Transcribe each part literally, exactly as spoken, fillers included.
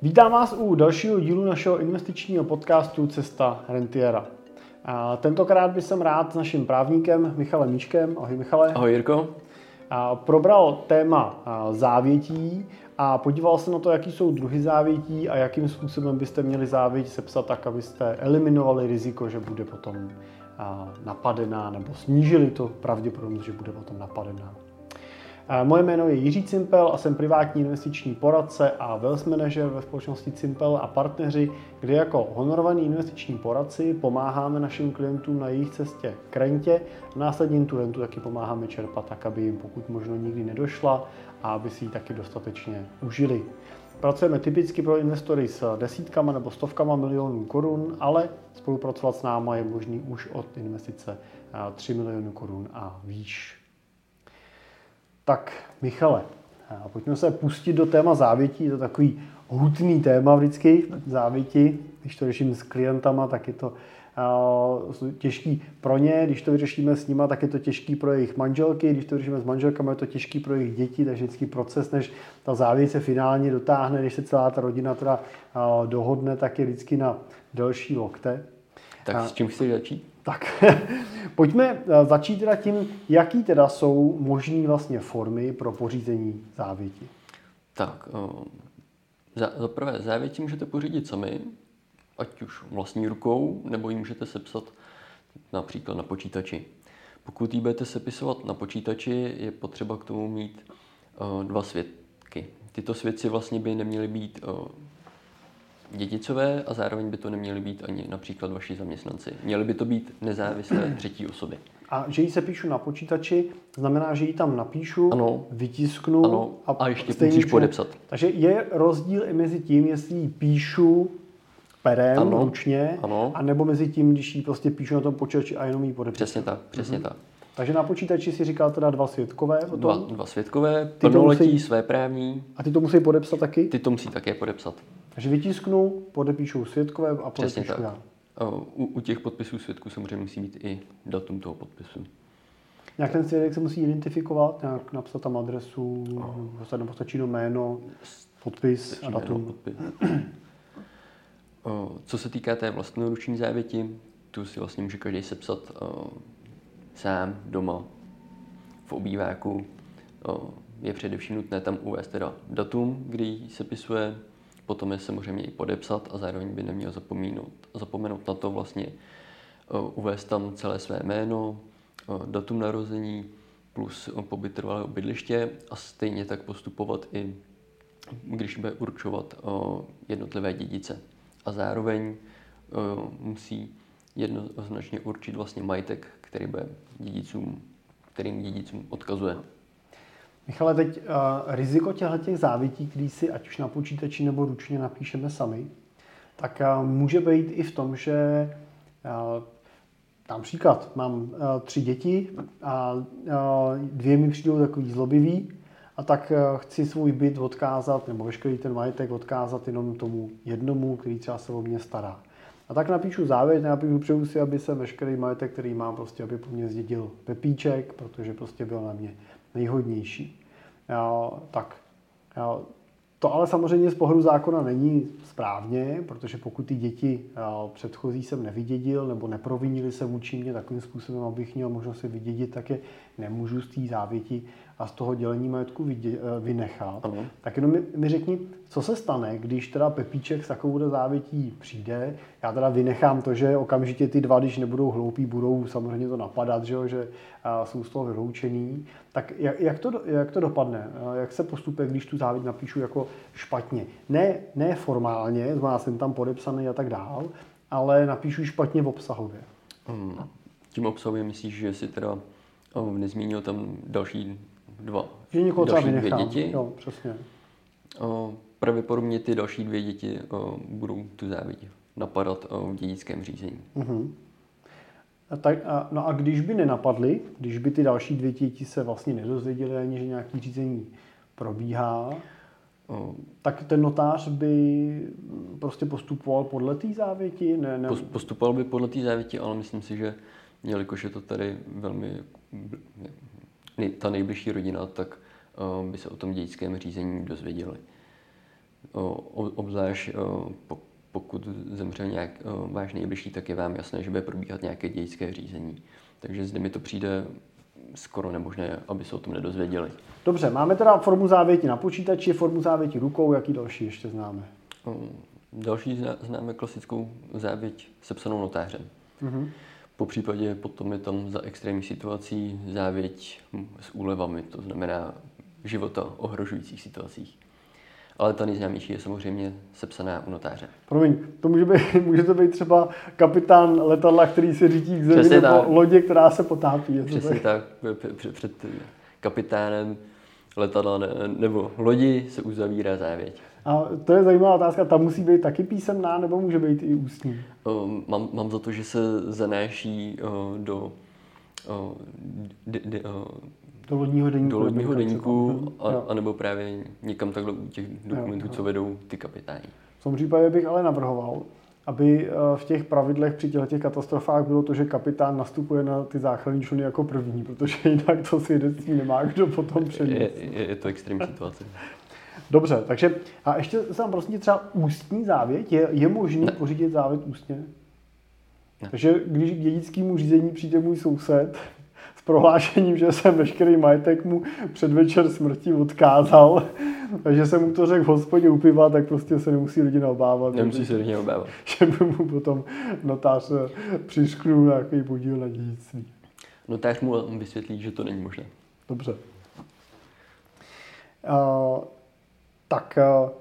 Vítám vás u dalšího dílu našeho investičního podcastu Cesta rentiera. A tentokrát bych jsem rád s naším právníkem Michalem Míčkem. Ahoj Michale. Ahoj Jirko. A probral téma závětí a podíval se na to, jaký jsou druhy závětí a jakým způsobem byste měli závěť sepsat tak, abyste eliminovali riziko, že bude potom napadená, nebo snížili to pravděpodobnost, že bude potom napadená. Moje jméno je Jiří Cimpel a jsem privátní investiční poradce a wealth manager ve společnosti Cimpel a partneři, kde jako honorovaní investiční poradci pomáháme našim klientům na jejich cestě k rentě a následně jim tu rentu taky pomáháme čerpat tak, aby jim pokud možno nikdy nedošla a aby si ji taky dostatečně užili. Pracujeme typicky pro investory s desítkama nebo stovkama milionů korun, ale spolupracovat s náma je možný už od investice tři miliony korun a výš. Tak, Michale, pojďme se pustit do téma závětí. Je to takový hutný téma vždycky, závěti. Když to řeším s klientama, tak je to uh, těžký pro ně. Když to vyřešíme s nima, tak je to těžký pro jejich manželky. Když to vyřešíme s manželkami, je to těžký pro jejich děti. Takže vždycky proces, než ta závěť se finálně dotáhne, když se celá ta rodina teda uh, dohodne, tak je vždycky na delší lokte. Tak s čím chceš začít? Tak, pojďme začít teda tím, jaký teda jsou možný vlastně formy pro pořízení závěti. Tak, za, za prvé závěti můžete pořídit sami, ať už vlastní rukou, nebo ji můžete sepsat například na počítači. Pokud ji budete sepisovat na počítači, je potřeba k tomu mít uh, dva svědky. Tyto svědci vlastně by neměly být uh, dědicové a zároveň by to neměly být ani například vaši zaměstnanci. Měly by to být nezávislé třetí osoby. A že ji se píšu na počítači, znamená, že ji tam napíšu, ano, vytisknu ano, a, a ještě musíš činu. podepsat. Takže je rozdíl i mezi tím, jestli ji píšu perem, ano, ručně, ano. a nebo mezi tím, když ji prostě píšu na tom počítači a jenom ji podepíšu. Přesně tak, přesně mhm. tak. Takže na počítači si říkal teda dva svědkové potom? Dva, dva svědkové, plnoletí, musí... svéprávní. A ty to musí podepsat taky? Ty to musí také podepsat. Takže vytisknu, podepíšou svědkové a podepíšu já. U, u těch podpisů svědků samozřejmě musí být i datum toho podpisu. Nějak ten svědek se musí identifikovat, nějak napsat tam adresu, oh. nebo stačí do jméno, podpis stačí a datum. Podpis. Co se týká té vlastnoruční závěti, tu si vlastně může každý sepsat uh, sám, doma, v obýváku. Uh, je především nutné tam uvést teda datum, kdy ji sepisuje, potom je samozřejmě i podepsat a zároveň by neměl zapomenout, zapomenout na to vlastně uh, uvést tam celé své jméno, uh, datum narození plus uh, pobyt trvalého bydliště a stejně tak postupovat i, když bude určovat uh, jednotlivé dědice. A zároveň uh, musí jednoznačně určit vlastně majetek, který bude dědicům, kterým dědicům odkazuje. Michale, teď uh, riziko těchto závětí, který si ať už na počítači nebo ručně napíšeme sami, tak uh, může být i v tom, že uh, například mám uh, tři děti a uh, dvě mi přijdou takový zlobivý a tak uh, chci svůj byt odkázat nebo veškerý ten majetek odkázat jenom tomu jednomu, který třeba se o mě stará. A tak napíšu závěť, napíšu přeju si, aby se veškerý majetek, který mám, prostě, aby po mně zdědil Pepíček, protože prostě byl na mě nejhodnější. Já, tak, já, to ale samozřejmě z pohledu zákona není správně, protože pokud ty děti já, předchozí jsem nevydědil nebo neprovinili se vůči mě takovým způsobem, abych měl možnost je vydědit, tak je nemůžu z té závěti a z toho dělení majetku vydě, vynechat. Ano. Tak jenom mi, mi řekni, co se stane, když teda Pepíček s takovou závětí přijde. Já teda vynechám to, že okamžitě ty dva, když nebudou hloupí, budou samozřejmě to napadat, že, že jsou z toho vyloučený. Tak jak, jak, to, jak to dopadne? Jak se postupuje, když tu závěť napíšu jako špatně? Ne, ne formálně, znamená jsem tam podepsaný a tak dál, ale napíšu špatně v obsahově. Hmm. Tím obsahově myslíš, že si teda oh, nezmínil tam další dva, že někoho další třeba dvě děti? Jo, přesně. Oh, pravděpodobně ty další dvě děti oh, budou tu závěť napadat oh, v dědickém řízení. Uh-huh. A tak, a, no a když by nenapadly, když by ty další dvě děti se vlastně nedozvěděly ani, že nějaký řízení probíhá, oh. tak ten notář by prostě postupoval podle té závěti? Ne, ne... Postupoval by podle té závěti, ale myslím si, že jelikož je to tady velmi ta nejbližší rodina, tak by se o tom dědickém řízení dozvěděli. obzvlášť pokud zemře nějak váš nejbližší, tak je vám jasné, že bude probíhat nějaké dědické řízení. Takže zde mi to přijde skoro nemožné, aby se o tom nedozvěděli. Dobře, máme teda formu závěti na počítači, formu závěti rukou, jaký další ještě známe? Další známe klasickou závěť sepsanou notářem. Mm-hmm. Po případě potom je tam za extrémní situací závěť s úlevami, to znamená života ohrožujících situacích. Ale ta nejznámější je samozřejmě sepsaná u notáře. Promiň, to může, být, může to být třeba kapitán letadla, který se řítí k zemi, Přesně nebo tak. lodě, která se potápí. Přesně tak. Před, před kapitánem letadla ne, nebo lodi se uzavírá závěť. A to je zajímavá otázka, ta musí být taky písemná, nebo může být i ústní? Um, mám, mám za to, že se zanáší uh, do, uh, de, de, uh, do lodního deníku, do lodního deníku a, a nebo právě někam takhle u těch dokumentů, jo, jo. co vedou ty kapitáni. V tom případě bych ale navrhoval, aby v těch pravidlech při těchto katastrofách bylo to, že kapitán nastupuje na ty záchranné čluny jako první, protože jinak to svědectví nemá kdo potom přenést. Je, je, je to extrémní situace. Dobře, takže a ještě jsem prostě třeba ústní závěť. Je, je možný ne. pořídit závěť ústně? Ne. Takže když k dědickému řízení přijde můj soused s prohlášením, že jsem veškerý majetek mu předvečer smrti odkázal, takže jsem mu to řekl v hospodě u piva, tak prostě se nemusí lidi naobávat. Nemusí se lidi naobávat. Že by mu potom notář přišknul nějaký podíl na dědictví. Notář mu vysvětlí, že to není možné. Dobře. Uh, tak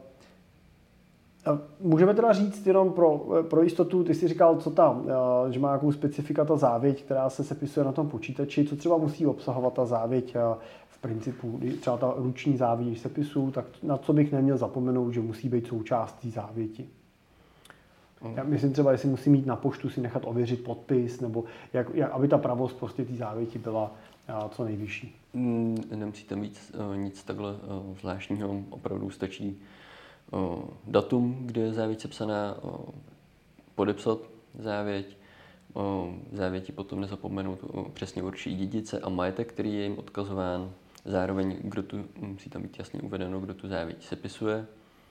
uh, můžeme teda říct jenom pro, pro jistotu, ty jsi říkal, co tam, uh, že má nějakou specifika ta závěť, která se sepisuje na tom počítači, co třeba musí obsahovat ta závěť uh, v principu, třeba ta ruční závěť, když sepisuju, tak na co bych neměl zapomenout, že musí být součástí závěti. Mm. Já myslím třeba, jestli musí mít na poštu si nechat ověřit podpis, nebo jak, jak, aby ta pravost prostě té závěti byla uh, co nejvyšší. Mm, nemusí tam víc uh, nic takhle uh, zvláštního, opravdu stačí uh, datum, kde je závěť sepsaná, uh, podepsat závěť, uh, závěti potom nezapomenout uh, přesně určitý dědice a majetek, který je jim odkazován, zároveň kdo tu, musí tam být jasně uvedeno, kdo tu závěť sepisuje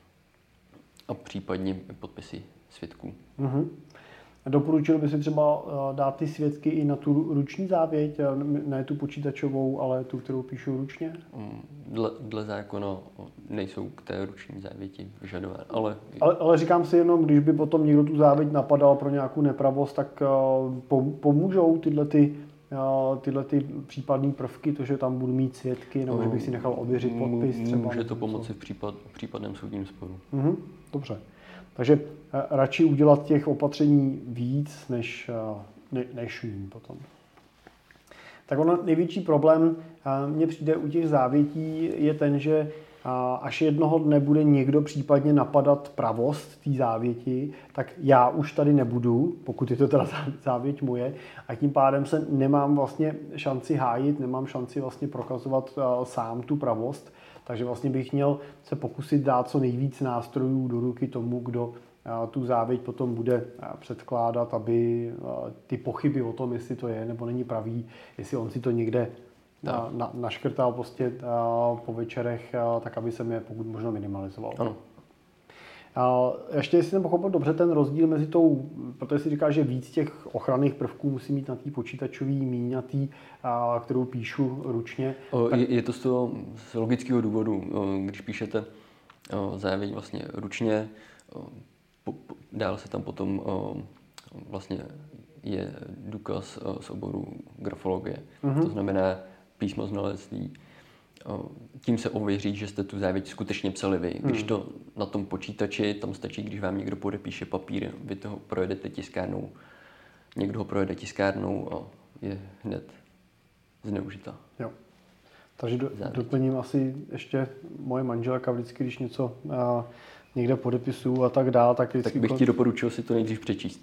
a případně podpisy svědků. Mm-hmm. Doporučil by si třeba dát ty svědky i na tu ruční závěť, ne tu počítačovou, ale tu, kterou píšu ručně? Dle, dle zákona nejsou k té ruční závěti vyžadovány. Ale... Ale, ale říkám si jenom, když by potom někdo tu závěť napadal pro nějakou nepravost, tak pomůžou tyhle ty, tyhle ty případné prvky, to, že tam budu mít svědky, nebo že bych si nechal ověřit podpis třeba? Může to pomoci v, případ, v případném soudním sporu. Mhm, dobře. Takže radši udělat těch opatření víc, než, ne, než méně potom. Tak ono největší problém mně přijde u těch závětí je ten, že až jednoho dne bude někdo případně napadat pravost té závěti, tak já už tady nebudu, pokud je to teda závěť moje, a tím pádem se nemám vlastně šanci hájit, nemám šanci vlastně prokazovat sám tu pravost. Takže vlastně bych měl se pokusit dát co nejvíc nástrojů do ruky tomu, kdo tu závěť potom bude předkládat, aby ty pochyby o tom, jestli to je nebo není pravý, jestli on si to někde na, na, naškrtal prostě po večerech, tak aby se mě pokud možno minimalizoval. Ano. A ještě jestli jsem pochopil dobře ten rozdíl mezi tou, protože si říká, že víc těch ochranných prvků musí mít na té počítačové, míň na té, kterou píšu ručně. O, tak... je, je to z toho z logického důvodu. Když píšete závěť vlastně ručně, po, po, dál se tam potom vlastně je důkaz z oboru grafologie. Mm-hmm. To znamená písmo znalectví. Tím se ověří, že jste tu závěť skutečně psali vy. Když to na tom počítači, tam stačí, když vám někdo podepíše papír, vy toho projedete tiskárnou, někdo ho projede tiskárnou a je hned zneužita. Jo. Takže do, doplním asi ještě moje manželka vždycky, když něco a, někde podepisuju a tak dál, tak vždycky... Tak bych ti doporučil si to nejdřív přečíst.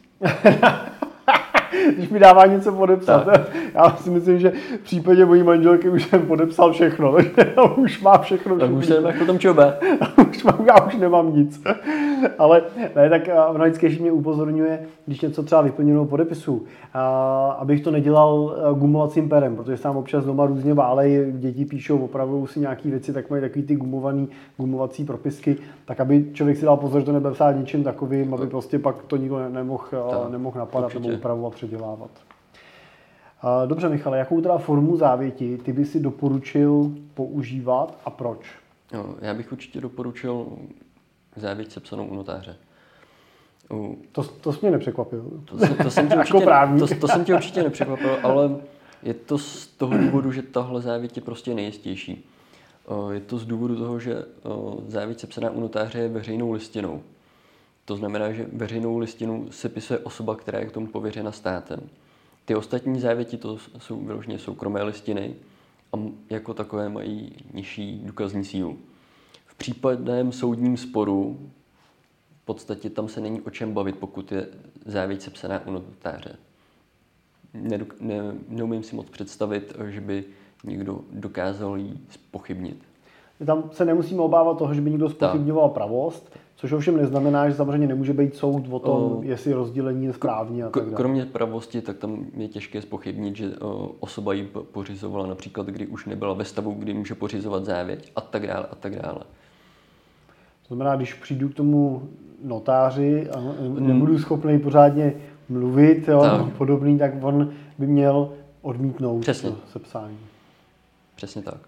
Když mi dává něco podepsat. Tak. Já si myslím, že v případě mojí manželky už jsem podepsal všechno. Takže už má všechno. Tak už se nemáš potom čeho bát. už mám, já už nemám nic. Ale ne, tak ona vždycky mě upozorňuje, když něco třeba vyplněnou podepisu, a, abych to nedělal gumovacím perem, protože se tam občas doma různě válej, děti píšou, opravují si nějaké věci, tak mají takový ty gumovaný, gumovací propisky, tak aby člověk si dal pozor, že to nebude psát ničím takovým, aby prostě pak to nikdo nemohl, nemohl napadat určitě. nebo upravovat, předělávat. Dobře, Michale, jakou teda formu závěti ty by si doporučil používat a proč? No, já bych určitě doporučil závěť sepsanou u notáře. U... To, to jsi mě nepřekvapil. To, to, to, jsem tě určitě, to, to jsem tě určitě nepřekvapil, ale je to z toho důvodu, že tahle závěť je prostě nejistější. Je to z důvodu toho, že závěť sepsaná u notáře je veřejnou listinou. To znamená, že veřejnou listinu sepisuje osoba, která je k tomu pověřena státem. Ty ostatní závěti to jsou vyloženě soukromé listiny a jako takové mají nižší důkazní sílu. V případném soudním sporu v podstatě tam se není o čem bavit, pokud je závěť sepsaná u notáře. Ne, ne, neumím si moc představit, že by někdo dokázal ji zpochybnit. Tam se nemusíme obávat toho, že by někdo zpochybňoval pravost, což ovšem neznamená, že samozřejmě nemůže být soud o tom, o, jestli rozdělení je správně a tak dále. Kromě pravosti, tak tam je těžké zpochybnit, že o, osoba ji pořizovala například, kdy už nebyla ve stavu, kdy může pořizovat závěť a tak dále a tak dále. To znamená, když přijdu k tomu notáři a nebudu schopný pořádně mluvit, jo, tak. podobný, tak on by měl odmítnout Přesně. sepsání. Přesně tak.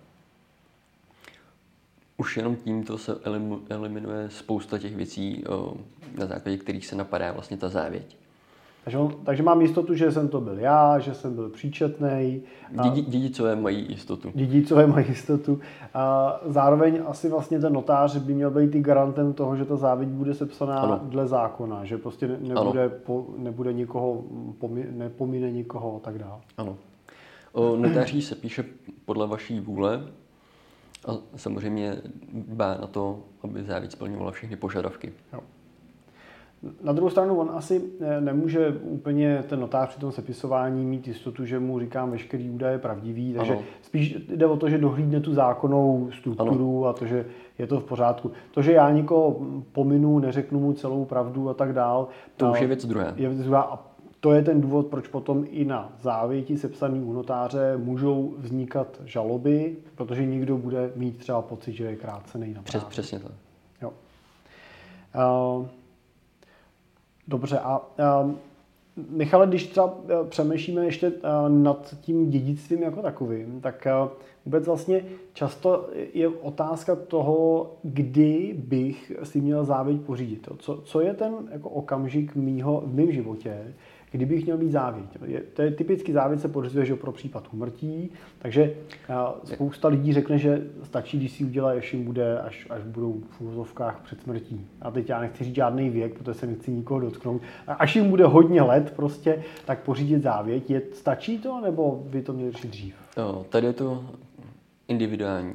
Už jenom tímto se eliminuje spousta těch věcí, na základě kterých se napadá vlastně ta závěť. Takže, on, takže mám jistotu, že jsem to byl já, že jsem byl příčetnej. Dědi, dědicové mají jistotu. Dědicové mají jistotu. A zároveň asi vlastně ten notář by měl být i garantem toho, že ta závěť bude sepsaná ano. dle zákona, že prostě nebude, po, nebude nikoho, nepomine nikoho a tak dále. Ano. O notáří se píše podle vaší vůle a samozřejmě dbá na to, aby závěť splňovala všechny požadavky. Jo. Na druhou stranu on asi nemůže úplně ten notář při tom sepisování mít jistotu, že mu říkám veškerý údaje pravdivý, takže ano. spíš jde o to, že dohlídne tu zákonnou strukturu ano. a to, že je to v pořádku. To, že já někoho pominu, neřeknu mu celou pravdu a tak dál. To už je věc druhá. Je věc druhá a to je ten důvod, proč potom i na závěti sepsaný u notáře můžou vznikat žaloby, protože někdo bude mít třeba pocit, že je krácený na právu. Přesně tak. Jo. Uh, Dobře, a uh, Michale, když třeba uh, přemýšlíme ještě uh, nad tím dědictvím jako takovým, tak uh, vůbec vlastně často je otázka toho, kdy bych si měl závěť pořídit. Co, co je ten jako okamžik mýho, v mém životě, kdy bych měl mít závěť. Je, to je typicky závěť se pořizuje, že pro případ úmrtí, takže uh, spousta lidí řekne, že stačí, když si udělá, až jim bude, až, až budou v uvozovkách před smrtí. A teď já nechci říct žádný věk, protože se nechci nikoho dotknout. A až jim bude hodně let prostě, tak pořídit závěť. Je, stačí to, nebo by to měli řešit dřív? Jo, tady je to individuální.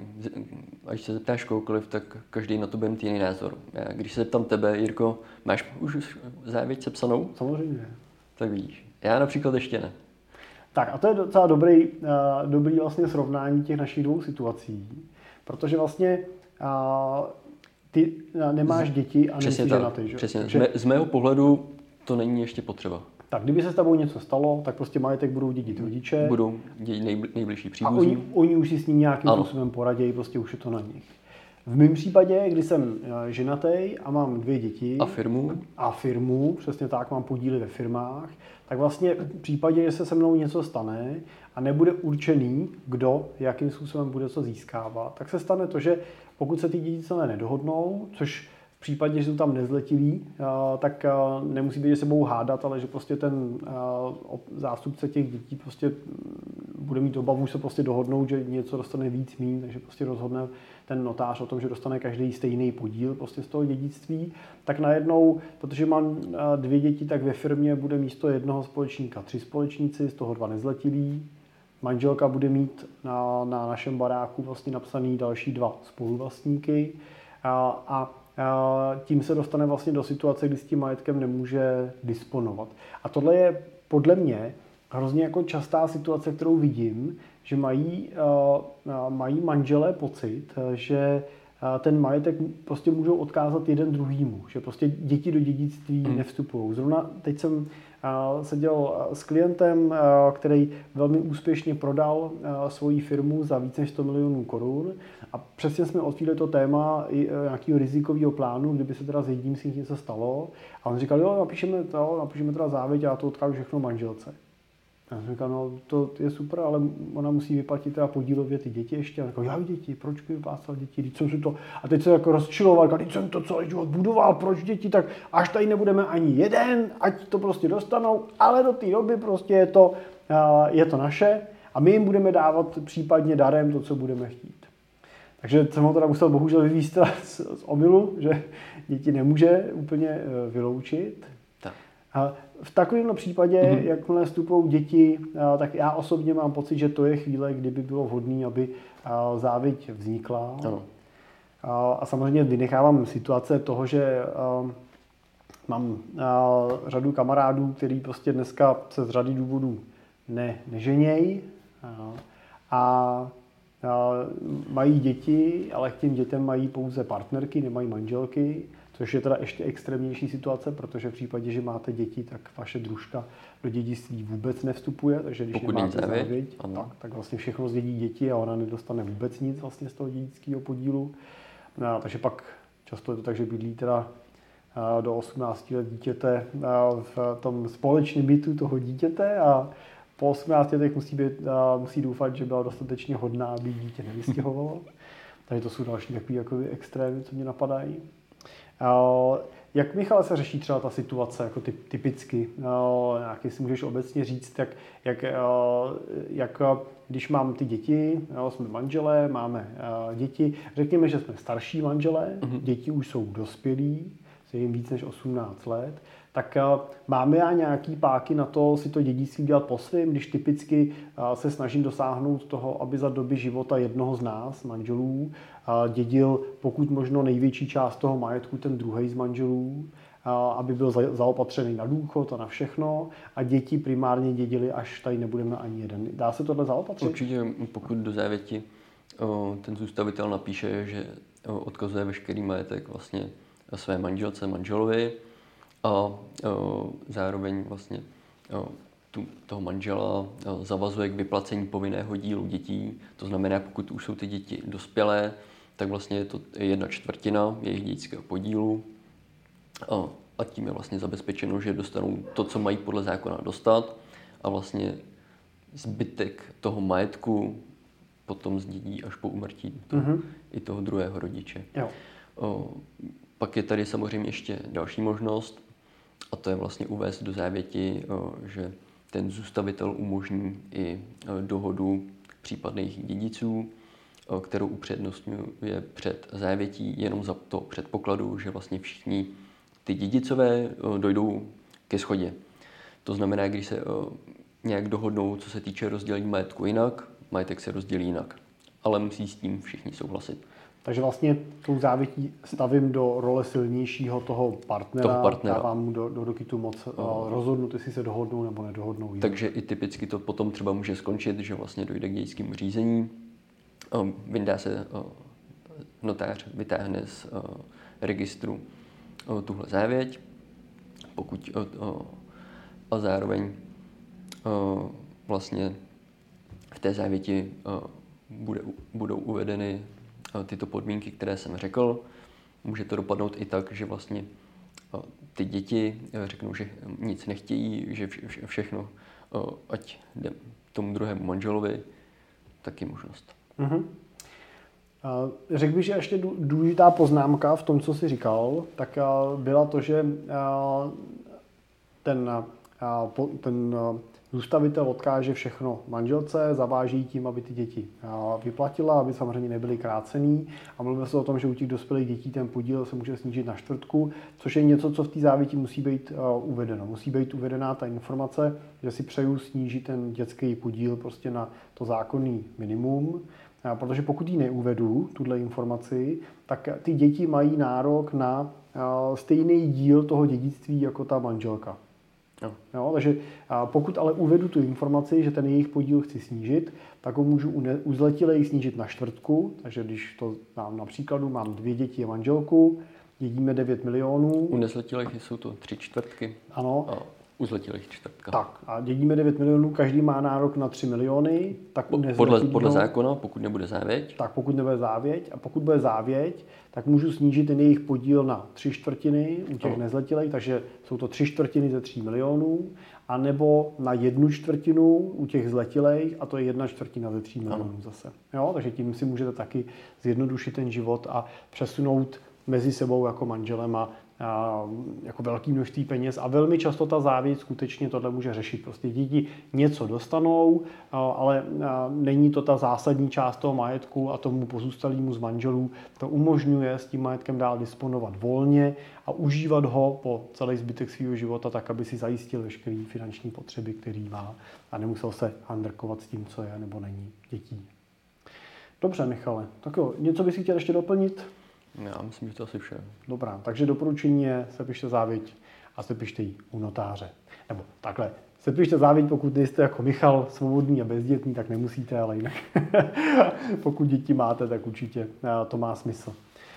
Až se zeptáš kohokoliv, tak každý na to bude mít jiný názor. Já, když se zeptám tebe, Jirko, máš už závěť sepsanou? Samozřejmě. Tak vidíš. Já například ještě ne. Tak a to je docela dobrý, uh, dobrý vlastně srovnání těch našich dvou situací, protože vlastně uh, ty uh, nemáš děti a nejsi ženatý, že? Přesně. Takže... Z mého pohledu to není ještě potřeba. Tak kdyby se s tebou něco stalo, tak prostě majetek budou dědit rodiče. Budou dědit nejbl- nejbližší příbuzní. A oni, oni už si s ním nějakým ano. způsobem poradějí, prostě už je to na nich. V mém případě, kdy jsem ženatý a mám dvě děti a firmu, a firmu, přesně tak, mám podíly ve firmách, tak vlastně v případě, že se se mnou něco stane a nebude určený, kdo, jakým způsobem bude co získávat, tak se stane to, že pokud se ty děti celé nedohodnou, což v případě, že jsou tam nezletilí, tak nemusí být, že se budou hádat, ale že prostě ten zástupce těch dětí prostě bude mít obavu se prostě dohodnout, že něco dostane víc míň, takže prostě rozhodne ten notář o tom, že dostane každý stejný podíl prostě z toho dědictví, tak najednou, protože mám dvě děti, tak ve firmě bude místo jednoho společníka tři společníci, z toho dva nezletilí. Manželka bude mít na, na našem baráku vlastně napsaný další dva spoluvlastníky a, a tím se dostane vlastně do situace, kdy s tím majetkem nemůže disponovat. A tohle je podle mě hrozně jako častá situace, kterou vidím, že mají, mají manželé pocit, že ten majetek prostě můžou odkázat jeden druhýmu, že prostě děti do dědictví hmm. nevstupují. Zrovna teď jsem seděl s klientem, který velmi úspěšně prodal svoji firmu za více než sto milionů korun a přesně jsme otvířili to téma i nějakého rizikového plánu, kdyby se teda s jedním z nich něco stalo. A on říkal, jo, napíšeme to, napíšeme teda závěť a já to odkážu všechno manželce. A já jsem říkal, no to je super, ale ona musí vyplatit teda podílově ty děti ještě. A říkal, jak děti, proč by vyplácal děti, teď jsem si to, a teď se jako rozčiloval, když jsem to celý život budoval, proč děti, tak až tady nebudeme ani jeden, ať to prostě dostanou, ale do té doby prostě je to, je to naše a my jim budeme dávat případně darem to, co budeme chtít. Takže jsem ho teda musel bohužel vyvízt z, z omylu, že děti nemůže úplně vyloučit. V takovém případě, mm-hmm. jakmile vstupují děti, tak já osobně mám pocit, že to je chvíle, kdyby bylo vhodné, aby závěť vznikla. Ano. A samozřejmě vynechávám situace toho, že mám řadu kamarádů, kteří prostě dneska se z řady důvodů ne, neženějí a mají děti, ale k těm dětem mají pouze partnerky, nemají manželky. Což je teda ještě extrémnější situace, protože v případě, že máte děti, tak vaše družka do dědictví vůbec nevstupuje, takže když Pokud nemáte závěť, tak, tak vlastně všechno zdědí děti a ona nedostane vůbec nic vlastně z toho dědického podílu. No, takže pak často je to tak, že bydlí teda do osmnácti let dítěte v tom společném bytu toho dítěte a po osmnácti letech musí, být, musí doufat, že byla dostatečně hodná, aby dítě nevystěhovalo. Takže to jsou další takové jako extrémy, co mě napadají. Jak, Michale, se řeší třeba ta situace jako typ, typicky? Jak si můžeš obecně říct, jak, jak, jak když mám ty děti, jsme manželé, máme děti, řekněme, že jsme starší manželé, mm-hmm. děti už jsou dospělí, je jim víc než osmnáct let, tak máme já nějaký páky na to si to dědictví dělat po svým, když typicky se snažím dosáhnout toho, aby za doby života jednoho z nás, manželů, dědil pokud možno největší část toho majetku ten druhý z manželů, aby byl zaopatřený na důchod a na všechno a děti primárně dědili, až tady nebudeme ani jeden. Dá se tohle zaopatřit? Určitě, pokud do závěti ten zůstavitel napíše, že odkazuje veškerý majetek vlastně své manželce, manželovi a zároveň vlastně tu, toho manžela zavazuje k vyplacení povinného dílu dětí. To znamená, pokud už jsou ty děti dospělé, tak vlastně je to jedna čtvrtina jejich dědického podílu a, a tím je vlastně zabezpečeno, že dostanou to, co mají podle zákona dostat a vlastně zbytek toho majetku potom zdědí až po úmrtí to, mm-hmm. i toho druhého rodiče. Jo. O, pak je tady samozřejmě ještě další možnost a to je vlastně uvést do závěti, o, že ten zůstavitel umožní i dohodu případných dědiců, kterou upřednostňuje před závětí jenom za to předpokladu, že vlastně všichni ty dědicové dojdou ke shodě. To znamená, když se nějak dohodnou, co se týče rozdělení majetku jinak, majetek se rozdělí jinak. Ale musí s tím všichni souhlasit. Takže vlastně tou závětí stavím do role silnějšího toho partnera, toho partnera. Dávám mu do, do ruky tu moc no. rozhodnout, jestli se dohodnou nebo nedohodnou. Jinak. Takže i typicky to potom třeba může skončit, že vlastně dojde k dědickému řízení, vyndá se notář, vytáhne z registru tuhle závěť, pokud a zároveň vlastně v té závěti bude, budou uvedeny tyto podmínky, které jsem řekl. Může to dopadnout i tak, že vlastně ty děti řeknou, že nic nechtějí, že vše, všechno, ať jde tomu druhému manželovi, taky možnost. Mm-hmm. Řekl bych, že ještě důležitá poznámka v tom, co jsi říkal, tak byla to, že ten, ten zůstavitel odkáže všechno manželce, zaváží tím, aby ty děti vyplatila, aby samozřejmě nebyly krácený. A mluvíme se o tom, že u těch dospělých dětí ten podíl se může snížit na čtvrtku, což je něco, co v té závěti musí být uvedeno. Musí být uvedená ta informace, že si přeju snížit ten dětský podíl prostě na to zákonný minimum. Protože pokud ji neuvedu, tuhle informaci, tak ty děti mají nárok na stejný díl toho dědictví jako ta manželka. No. Jo, takže pokud ale uvedu tu informaci, že ten jejich podíl chci snížit, tak ho můžu u zletilých snížit na čtvrtku. Takže když to mám na příkladu, mám dvě děti a manželku, dědíme devět milionů. U nezletilých jsou to tři čtvrtky. Ano. A u zletilých čtvrtka. Tak a dědíme devět milionů, každý má nárok na tři miliony. Tak u podle, podle zákona, pokud nebude závěť. Tak pokud nebude závěť. A pokud bude závěť, tak můžu snížit ten jejich podíl na tři čtvrtiny u těch no. nezletilých, takže jsou to tři čtvrtiny ze tří milionů, anebo na jednu čtvrtinu u těch zletilých, a to je jedna čtvrtina ze tří milionů ano. zase. Jo, takže tím si můžete taky zjednodušit ten život a přesunout mezi sebou jako manželem a A jako velké množství peněz a velmi často ta závěť skutečně tohle může řešit. Prostě děti něco dostanou, ale není to ta zásadní část toho majetku a tomu pozůstalému z manželů to umožňuje s tím majetkem dál disponovat volně a užívat ho po celý zbytek svého života tak, aby si zajistil veškeré finanční potřeby, který má a nemusel se handrkovat s tím, co je nebo není dětí. Dobře, Michale, tak jo, něco bys chtěl ještě doplnit? Já myslím, že to asi vše. Dobrá, takže doporučení je, sepište závěť a sepište ji u notáře. Nebo takhle, sepište závěť, pokud nejste jako Michal svobodný a bezdětný, tak nemusíte, ale jinak pokud děti máte, tak určitě to má smysl.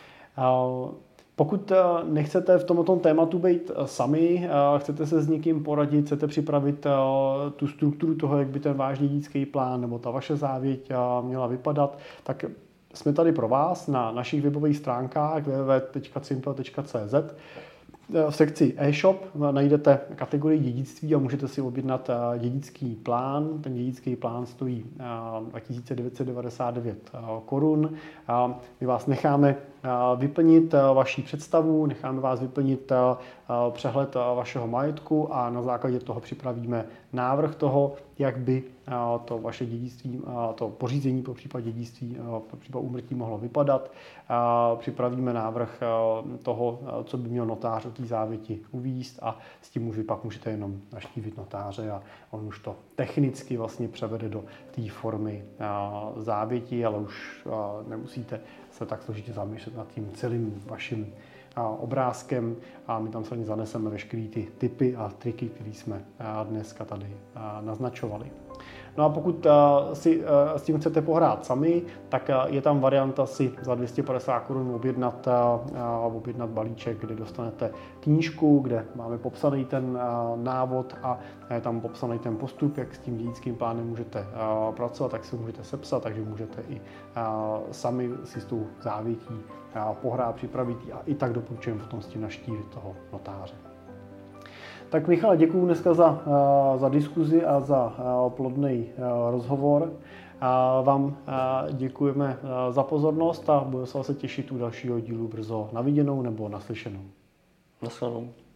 Pokud nechcete v tomto tématu být sami, chcete se s někým poradit, chcete připravit tu strukturu toho, jak by ten váš dědický plán nebo ta vaše závěť měla vypadat, tak jsme tady pro vás na našich webových stránkách w w w tečka cimple tečka c z. V sekci e-shop najdete kategorii dědictví a můžete si objednat dědický plán. Ten dědický plán stojí dva tisíce devět set devadesát devět korun. My vás necháme vyplnit vaši představu, necháme vás vyplnit přehled vašeho majetku a na základě toho připravíme návrh toho, jak by to vaše dědictví, to pořízení po případě dědictví, po případě úmrtí mohlo vypadat. Připravíme návrh toho, co by měl notář o té závěti uvést a s tím už vy pak můžete jenom navštívit notáře a on už to technicky vlastně převede do té formy závěti, ale už nemusíte se tak složitě zamýšlet nad tím celým vaším obrázkem a my tam samozřejmě zaneseme veškeré ty tipy a triky, které jsme dneska tady naznačovali. No a pokud si s tím chcete pohrát sami, tak je tam varianta si za dvě stě padesát korun objednat, objednat balíček, kde dostanete knížku, kde máme popsaný ten návod a je tam popsaný ten postup, jak s tím dědickým plánem můžete pracovat, tak si můžete sepsat, takže můžete i sami si s tou závětí pohrát, připravit a i tak doporučujeme potom s tím navštívit toho notáře. Tak Michale, děkuji dneska za, za diskuzi a za plodný rozhovor. Vám děkujeme za pozornost a budeme se těšit u dalšího dílu brzo na viděnou nebo naslyšenou. Naschledanou.